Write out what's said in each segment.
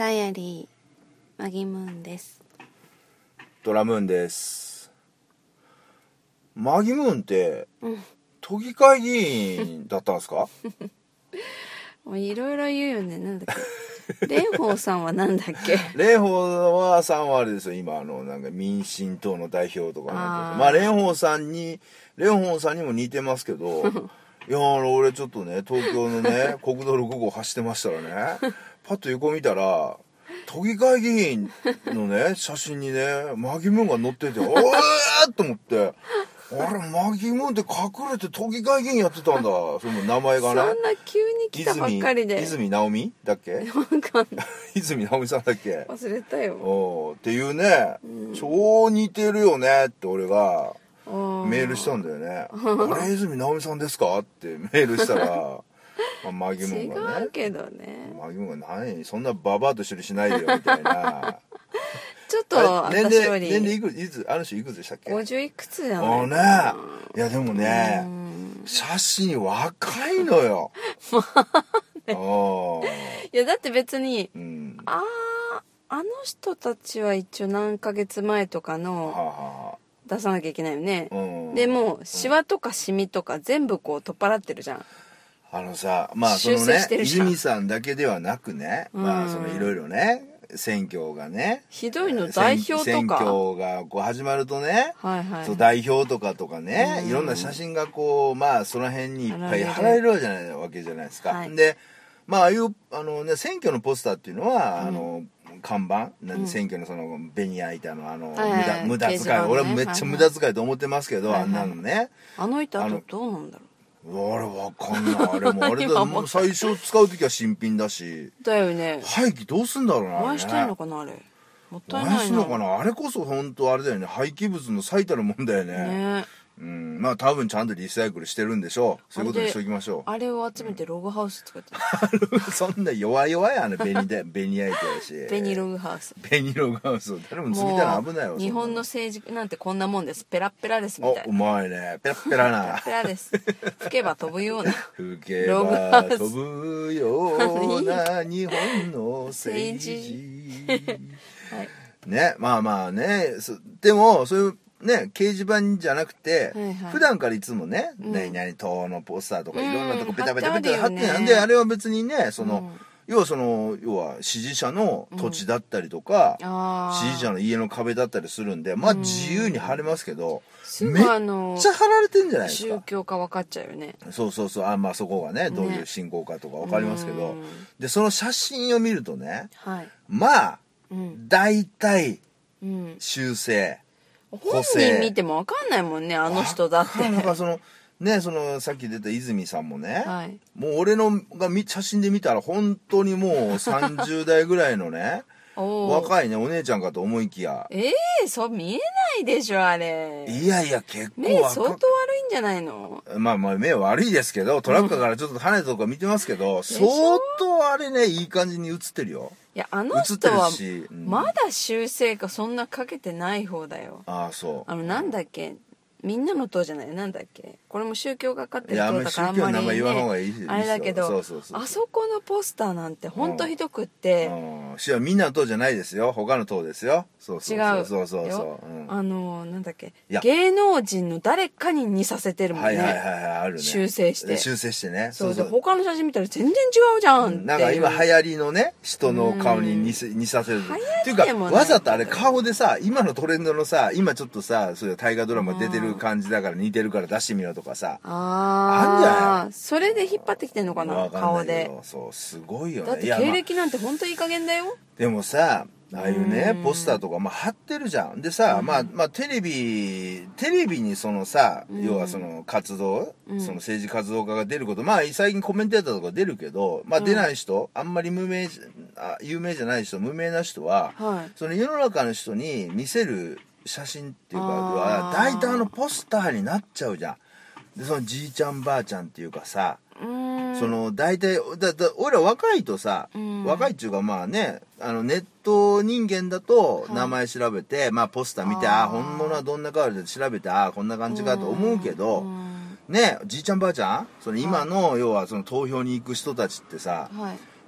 ダイアリーマギムーンです。 ドラムーンです。マギムーンって、都議会議員だったんですか？ もういろいろ言うよね。なんだっけ蓮舫さんはなんだっけ蓮舫さんはあれですよ、今なんか民進党の代表とかなんか、まあ蓮舫さんにも似てますけどいや俺ちょっとね東京のね国道6号走ってましたらねパッと横見たら都議会議員のね写真にねマギムーンが載ってておーっと思って、あれマギムーンって隠れて都議会議員やってたんだ。その名前がね、 そんな急に来たばっかりで泉直美だっけわかんない泉直美さんだっけ忘れたよ。 っていうね、超似てるよねって俺がメールしたんだよね。あれ泉直美さんですかってメールしたらマギムーンがね、 違うけどね、 マギムーンが何そんなババアと一緒にしないでよみたいなちょっと私より年齢いくつあの人いくつでしたっけ 50いくつじゃないいやでもね写真若いのよいやだって別に、あの人たちは一応何ヶ月前とかの出さなきゃいけないよね、でもシワとかシミとか全部こう取っ払ってるじゃん。 まあそのね泉さんだけではなくね、まあそのいろいろね選挙がねひどいの、代表とか選挙がこう始まるとね、そう代表とかね、いろんな写真がこうまあその辺にいっぱい貼られるわけじゃないですか、でまあああいうね選挙のポスターっていうのは看板選挙のそのベニヤ板の無駄遣い、俺はめっちゃ無駄遣いと思ってますけど、あんなのねあの板あとどうなんだろう。 あれわかんない。あれもあれだもう最初使う時は新品だしだよね。 廃棄どうすんだろうな。 燃やしたいのかなあれ。もったいないな。 燃やすのかなあれこそ本当あれだよね、廃棄物の最たるもんだよね。まあ多分ちゃんとリサイクルしてるんでしょう。そういうことにしておきましょう。 あれを集めてログハウス作ってそんな弱いベニヤ板やしベニログハウス誰も積みたら危ないよ。 日本の政治なんてこんなもんです。ペラッペラですみたいな。 うまいね、ペラッペラなペラッペラです。吹けば飛ぶような吹けば飛ぶような日本の政治ね、まあね、でもそういうね、掲示板じゃなくて、普段からいつもね、何々党のポスターとかいろんなとこペタペタ貼ってなんで、あれは別にね、要は支持者の土地だったりとか、支持者の家の壁だったりするんで、まあ自由に貼れますけど、めっちゃ貼られてんじゃないですか。 宗教か分かっちゃうよね。 そうまあそこがね、どういう信仰かとか分かりますけど、でその写真を見るとね、まあ大体修正本人見ても分かんないもんね、あの人だって。 なんかさっき出た泉さんもね、もう俺のが写真で見たら本当にもう30代ぐらいのね若いねお姉ちゃんかと思いきや、 そう見えないでしょあれ。 いや結構目相当悪いんじゃないの。 まあ目悪いですけど、トラックからちょっと跳ねたとか見てますけど、相当あれねいい感じに写ってるよ。 いやあの人はまだ修正かそんなかけてない方だよ。 そうなんだっけ、みんなの党じゃない、なんだっけ、これも宗教がかってる党だからあんまりねあれだけど、あそこのポスターなんてほんとひどくって、 みんなの党じゃないですよ、他の党ですよ。 違うなんだっけ、芸能人の誰かに似させてるもんね。 あるね、 修正してね。他の写真見たら全然違うじゃんっていう、 なんか今流行りのね人の顔に似させるっていうか、わざとあれ顔でさ、今のトレンドのさ、今ちょっとさそういう大河ドラマ出てる感じだから似てるから出してみようとかさ、あんじゃない。 それで引っ張ってきてんのかな、顔で。 そうすごいよね。 だって経歴なんてほんといい加減だよ。 でもさああいうねポスターとか貼ってるじゃん。でさ、まあテレビにそのさ、要はその活動、その政治活動家が出ること、まあ最近コメンテーターとか出るけど、まあ出ない人、あんまり有名じゃない人、無名な人は、その世の中の人に見せる写真っていうかは大体ポスターになっちゃうじゃん。でそのじいちゃんばあちゃんっていうかさ、大体俺ら若いとさ、若いっていうかまあね、ネット人間だと名前調べて、まあポスター見て、本物はどんな顔で調べて、こんな感じかと思うけど、ね、じいちゃんばあちゃん、今の要はその投票に行く人たちってさ、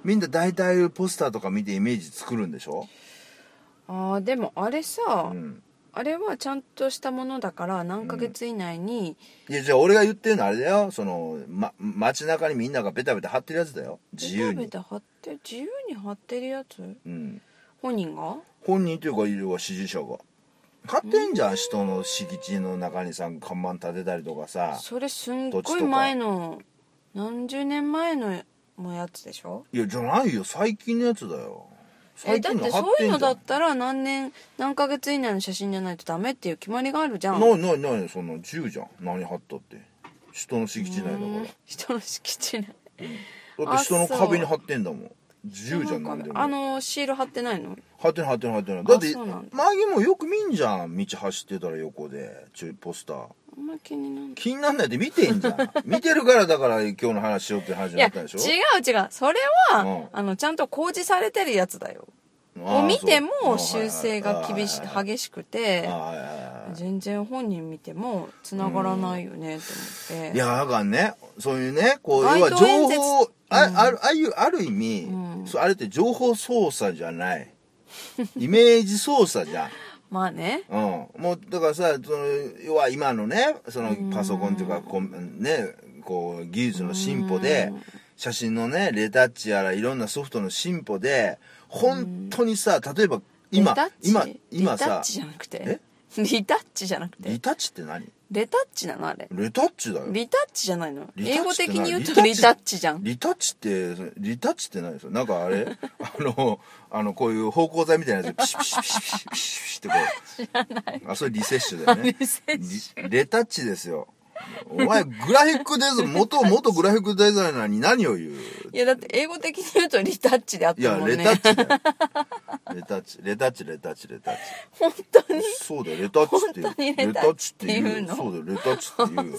みんな大体ポスターとか見てイメージ作るんでしょ。 でもあれさ、あれはちゃんとしたものだから何ヶ月以内に、 いやじゃあ俺が言ってるのはあれだよ、その、街中にみんながベタベタ貼ってるやつだよ、自由に。 ベタベタ貼って自由に貼ってるやつ、本人が本人というか要は支持者が買ってんじゃん、人の敷地の中にさ看板立てたりとかさ。 それすんごい前の何十年前のやつでしょ。 いやじゃないよ、最近のやつだよ。 だってそういうのだったら何ヶ月以内の写真じゃないとダメっていう決まりがあるじゃん。 ないそんな自由じゃん、何貼ったって。人の敷地内だから。 人の敷地内、 だって人の壁に貼ってんだもん、自由じゃん。なんでもシール貼ってないの？ 貼ってないだってマギもよく見んじゃん、道走ってたら横でポスター。 あんま気になんない。 気になんないって見てんじゃん見てるからだから今日の話しようって話になったでしょ。 違うそれは、ちゃんと公示されてるやつだよ。を見ても修正が激しくて、全然本人見ても繋がらないよねと思って。 いやだからね、そういうね、こう要は情報ある意味、あれって情報操作じゃないイメージ操作じゃんまあね。 もうだからさ、その要は今のね、そのパソコンというかね、こう技術の進歩で、写真のねレタッチやらいろんなソフトの進歩で本当にさ、例えば今さ、リタッチじゃなくてリタッチじゃなくてリタッチって何？ レタッチなのあれ。 レタッチだよ。 リタッチじゃないの？英語的に言うとリタッチじゃん。 リタッチって何ですよ。なんかあれこういう芳香剤みたいなやつピシピシピシピシピシピシってこう。知らない。それリセッシュだよね。リセッシュ。レタッチですよ。お前グラフィックデザイン元グラフィックデザイナーに何を言う？ いやだって英語的に言うとリタッチであったもんね。 いやレタッチだよ。レタッチ本当にそうだよ、レタッチって本当にレタッチって言うの？ そうだよ、レタッチって言うよ。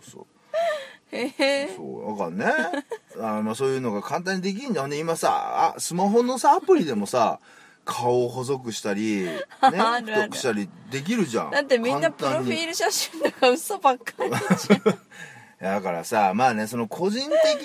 そうだからね、そういうのが簡単にできるんだよね。今さスマホのさアプリでもさ顔を細くしたり、ね、太くしたりできるじゃん。 だってみんなプロフィール写真とか嘘ばっかりじゃんだからさ、まあね、その個人的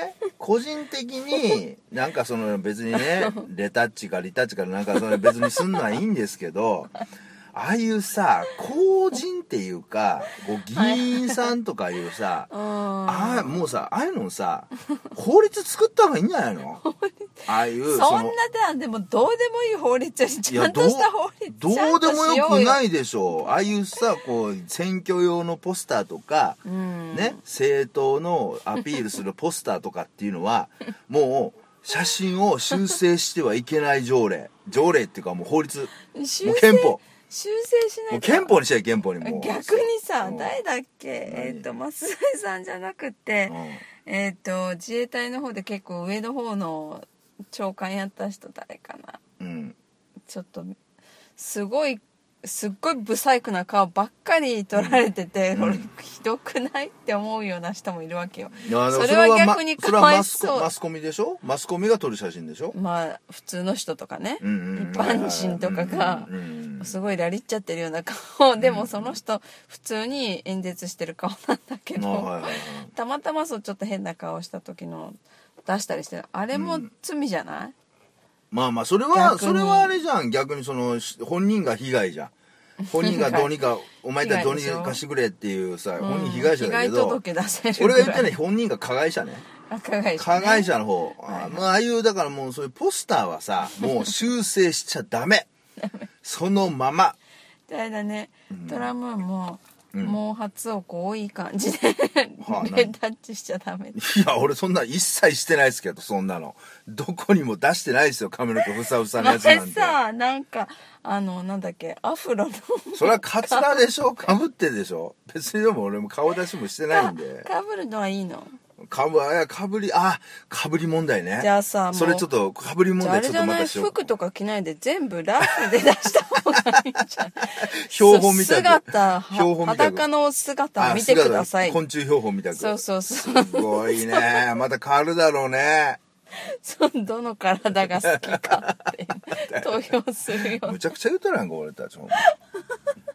になんかその別にねレタッチかリタッチかなんかそれ別にすんのはいいんですけど、ああいうさ公人っていうかこう議員さんとかいうさもうさああいうのさ法律作った方がいいんじゃないの？ああいうそんなでもどうでもいい法律ちゃんとした法律どうでもよくないでしょう。ああいうさこう選挙用のポスターとか、ね、政党のアピールするポスターとかっていうのはもう写真を修正してはいけない条例っていうかもう法律、もう憲法修正しないと。 もう憲法にしちゃい憲法にもう。 逆にさ、誰だっけ、増井さんじゃなくて、自衛隊の方で結構上の方の長官やった人誰かな。ちょっとすごいブサイクな顔ばっかり撮られてて、これひどくないって思うような人もいるわけよ。それは逆にかわいそう。 それはマスコミでしょ？マスコミが撮る写真でしょ？ まあ普通の人とかね、一般人とかがすごいラリっちゃってるような顔でもその人普通に演説してる顔なんだけど、たまたまちょっと変な顔した時の出したりしてる、あれも罪じゃない？ まあそれはあれじゃん。逆にその本人が被害じゃん。本人がどうにかお前たちどうにかしてくれっていうさ、本人被害者だけど、 被害届出せる。 俺が言ってない本人が加害者ね。加害者の方。ああいうだからもうそういうポスターはさ、もう修正しちゃダメ。そのまま。 だね、トラムーンも毛髪をこういい感じでレタッチしちゃダメ。いや俺そんな一切してないですけど、そんなのどこにも出してないですよ、髪の毛ふさふさのやつなんて。 さなんかなんだっけ、アフロのそれはカツラでしょ、かぶってでしょ。別にでも俺も顔出しもしてないんで。 かぶるのはいいの？ かぶり問題ね。 じゃあさ、 それちょっとかぶり問題ちょっとまたしよう。 服とか着ないで全部ラフで出した方がいいんじゃん。 標本みたいな。 裸の姿見てください。 昆虫標本みたいな。 そう。 すごいね。また変わるだろうね。 どの体が好きかって投票するよ。 むちゃくちゃ言うたらんか俺たち。